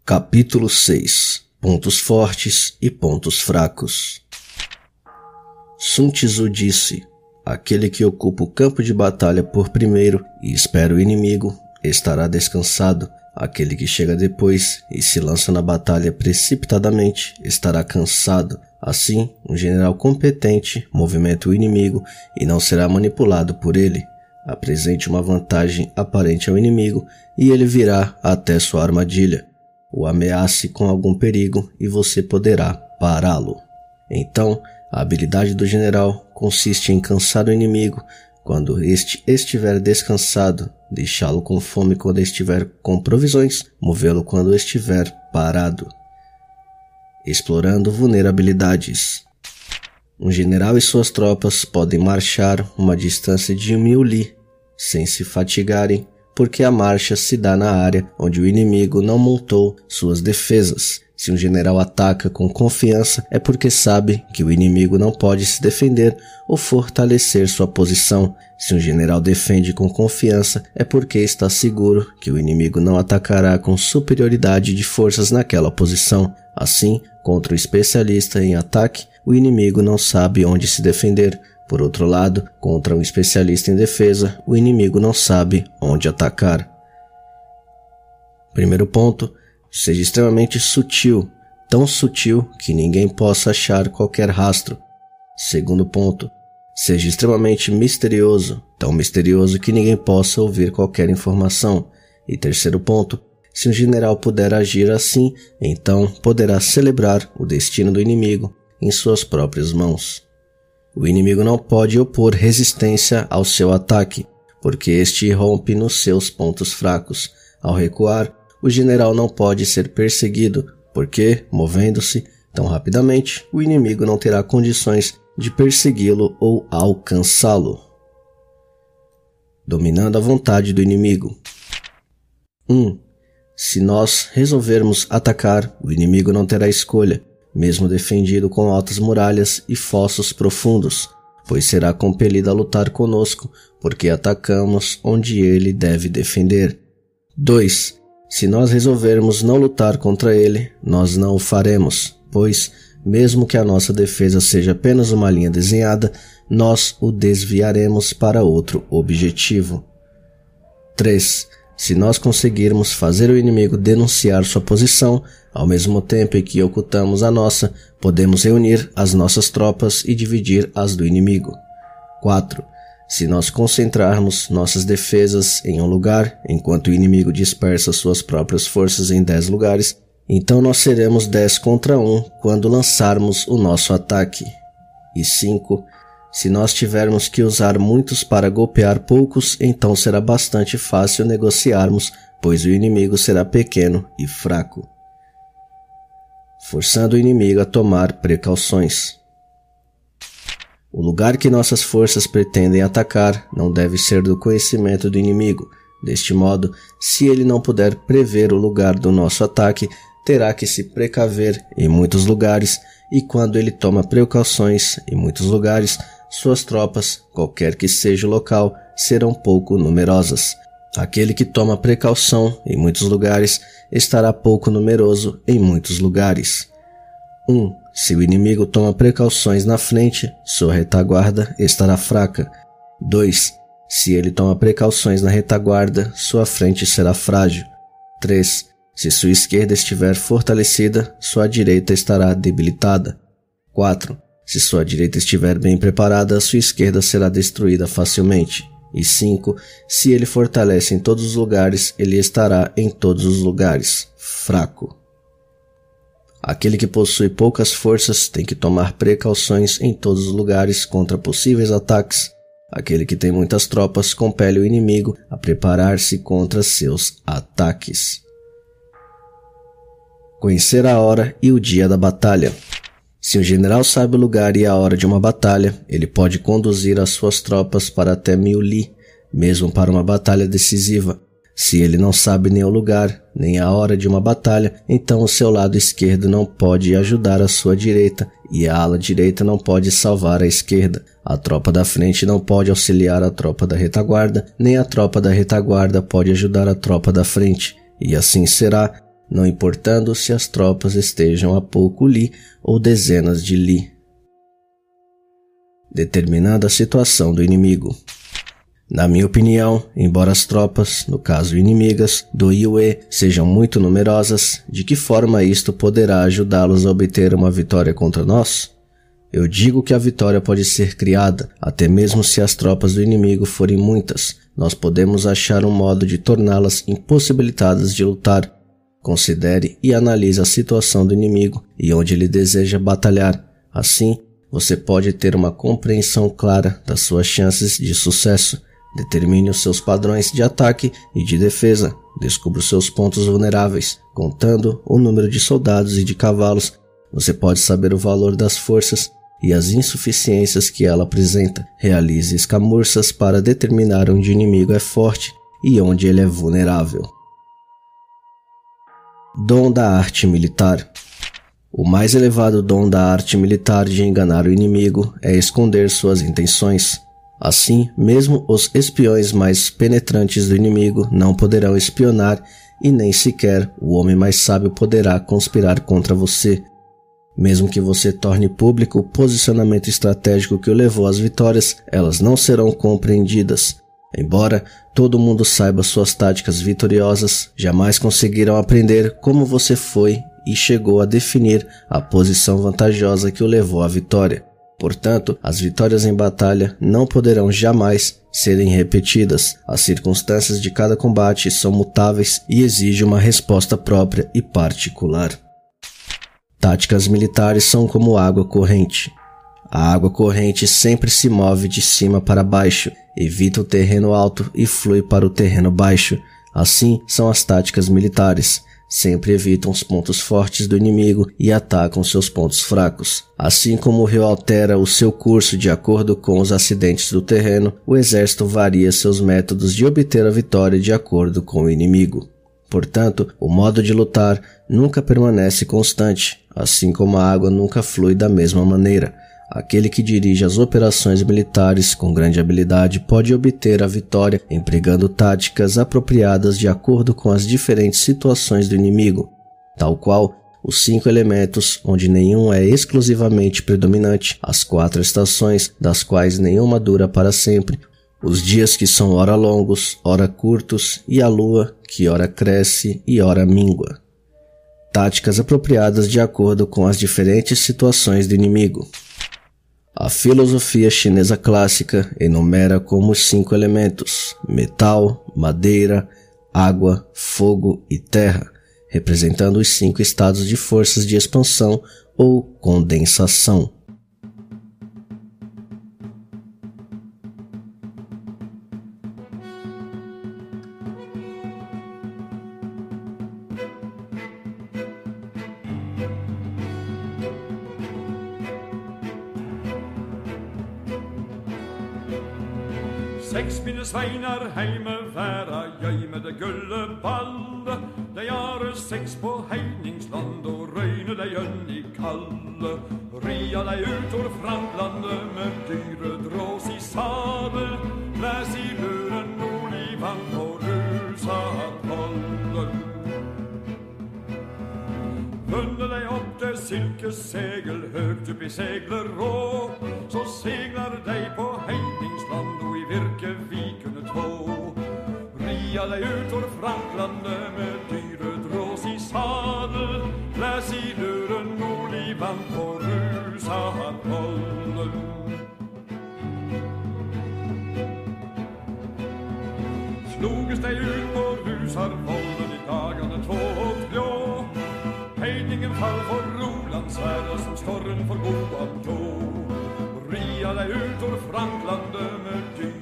Capítulo 6. Pontos fortes e pontos fracos. Sun Tzu disse: aquele que ocupa o campo de batalha por primeiro e espera o inimigo, estará descansado. Aquele que chega depois e se lança na batalha precipitadamente, estará cansado. Assim, um general competente movimenta o inimigo e não será manipulado por ele. Apresente uma vantagem aparente ao inimigo e ele virá até sua armadilha. O ameace com algum perigo e você poderá pará-lo. Então, a habilidade do general consiste em cansar o inimigo quando este estiver descansado, deixá-lo com fome quando estiver com provisões, movê-lo quando estiver parado. Explorando vulnerabilidades. Um general e suas tropas podem marchar uma distância de 1000 li, sem se fatigarem, porque a marcha se dá na área onde o inimigo não montou suas defesas. Se um general ataca com confiança, é porque sabe que o inimigo não pode se defender ou fortalecer sua posição. Se um general defende com confiança, é porque está seguro que o inimigo não atacará com superioridade de forças naquela posição. Assim, contra o especialista em ataque, o inimigo não sabe onde se defender. Por outro lado, contra um especialista em defesa, o inimigo não sabe onde atacar. Primeiro ponto: seja extremamente sutil, tão sutil que ninguém possa achar qualquer rastro. Segundo ponto: seja extremamente misterioso, tão misterioso que ninguém possa ouvir qualquer informação. E terceiro ponto: se um general puder agir assim, então poderá celebrar o destino do inimigo em suas próprias mãos. O inimigo não pode opor resistência ao seu ataque, porque este rompe nos seus pontos fracos. Ao recuar, o general não pode ser perseguido, porque, movendo-se tão rapidamente, o inimigo não terá condições de persegui-lo ou alcançá-lo. Dominando a vontade do inimigo. 1. Se nós resolvermos atacar, o inimigo não terá escolha, mesmo defendido com altas muralhas e fossos profundos, pois será compelido a lutar conosco, porque atacamos onde ele deve defender. 2. Se nós resolvermos não lutar contra ele, nós não o faremos, pois, mesmo que a nossa defesa seja apenas uma linha desenhada, nós o desviaremos para outro objetivo. 3. Se nós conseguirmos fazer o inimigo denunciar sua posição, ao mesmo tempo em que ocultamos a nossa, podemos reunir as nossas tropas e dividir as do inimigo. 4. Se nós concentrarmos nossas defesas em um lugar, enquanto o inimigo dispersa suas próprias forças em 10 lugares, então nós seremos 10 contra 1 quando lançarmos o nosso ataque. E 5. Se nós tivermos que usar muitos para golpear poucos, então será bastante fácil negociarmos, pois o inimigo será pequeno e fraco. Forçando o inimigo a tomar precauções. O lugar que nossas forças pretendem atacar não deve ser do conhecimento do inimigo. Deste modo, se ele não puder prever o lugar do nosso ataque, terá que se precaver em muitos lugares, e quando ele toma precauções em muitos lugares, suas tropas, qualquer que seja o local, serão pouco numerosas. Aquele que toma precaução em muitos lugares estará pouco numeroso em muitos lugares. 1. Se o inimigo toma precauções na frente, sua retaguarda estará fraca. 2. Se ele toma precauções na retaguarda, sua frente será frágil. 3. Se sua esquerda estiver fortalecida, sua direita estará debilitada. 4. Se sua direita estiver bem preparada, sua esquerda será destruída facilmente. E 5. Se ele fortalece em todos os lugares, ele estará em todos os lugares fraco. Aquele que possui poucas forças tem que tomar precauções em todos os lugares contra possíveis ataques. Aquele que tem muitas tropas compele o inimigo a preparar-se contra seus ataques. Conhecer a hora e o dia da batalha. Se um general sabe o lugar e a hora de uma batalha, ele pode conduzir as suas tropas para até 1000 li, mesmo para uma batalha decisiva. Se ele não sabe nem o lugar, nem a hora de uma batalha, então o seu lado esquerdo não pode ajudar a sua direita, e a ala direita não pode salvar a esquerda. A tropa da frente não pode auxiliar a tropa da retaguarda, nem a tropa da retaguarda pode ajudar a tropa da frente. E assim será não importando se as tropas estejam a pouco li ou dezenas de li. Determinada a situação do inimigo. Na minha opinião, embora as tropas, no caso inimigas, do Yue sejam muito numerosas, de que forma isto poderá ajudá-los a obter uma vitória contra nós? Eu digo que a vitória pode ser criada, até mesmo se as tropas do inimigo forem muitas. Nós podemos achar um modo de torná-las impossibilitadas de lutar. Considere e analise a situação do inimigo e onde ele deseja batalhar. Assim, você pode ter uma compreensão clara das suas chances de sucesso. Determine os seus padrões de ataque e de defesa. Descubra os seus pontos vulneráveis. Contando o número de soldados e de cavalos, você pode saber o valor das forças e as insuficiências que ela apresenta. Realize escamuças para determinar onde o inimigo é forte e onde ele é vulnerável. Dom da arte militar. O mais elevado dom da arte militar de enganar o inimigo é esconder suas intenções. Assim, mesmo os espiões mais penetrantes do inimigo não poderão espionar e nem sequer o homem mais sábio poderá conspirar contra você. Mesmo que você torne público o posicionamento estratégico que o levou às vitórias, elas não serão compreendidas. Embora todo mundo saiba suas táticas vitoriosas, jamais conseguirão aprender como você foi e chegou a definir a posição vantajosa que o levou à vitória. Portanto, as vitórias em batalha não poderão jamais serem repetidas. As circunstâncias de cada combate são mutáveis e exigem uma resposta própria e particular. Táticas militares são como água corrente. A água corrente sempre se move de cima para baixo, evita o terreno alto e flui para o terreno baixo. Assim são as táticas militares. Sempre evitam os pontos fortes do inimigo e atacam seus pontos fracos. Assim como o rio altera o seu curso de acordo com os acidentes do terreno, o exército varia seus métodos de obter a vitória de acordo com o inimigo. Portanto, o modo de lutar nunca permanece constante, assim como a água nunca flui da mesma maneira. Aquele que dirige as operações militares com grande habilidade pode obter a vitória empregando táticas apropriadas de acordo com as diferentes situações do inimigo, tal qual os 5 elementos, onde nenhum é exclusivamente predominante, as 4 estações, das quais nenhuma dura para sempre, os dias que são ora longos, ora curtos, e a lua, que ora cresce e ora mingua. Táticas apropriadas de acordo com as diferentes situações do inimigo. A filosofia chinesa clássica enumera como os 5 elementos: metal, madeira, água, fogo e terra, representando os 5 estados de forças de expansão ou condensação. Seks mine sveinar heime væra jeg med det gulle ball. De gjøre 6 på heiningsland og røyne de ønn i kalle. Ria de ut over Franklande med dyre drås i sadel. Blæs i luren olivan på rusa kollen. Vunne de opp det silkesegel høgt upp i segler rå. Så seglar de på heiningsland og i virke vi kunne två. Ria de ut over Franklande med dyre drås i sadel. Blæs i luren olivan på rusa kollen. Sloges de ut på rusarvollen i dagane 2 og 3. Heidningen fall for Rolandsværa som storren for god av tå. Ria de ut over Franklande med dyr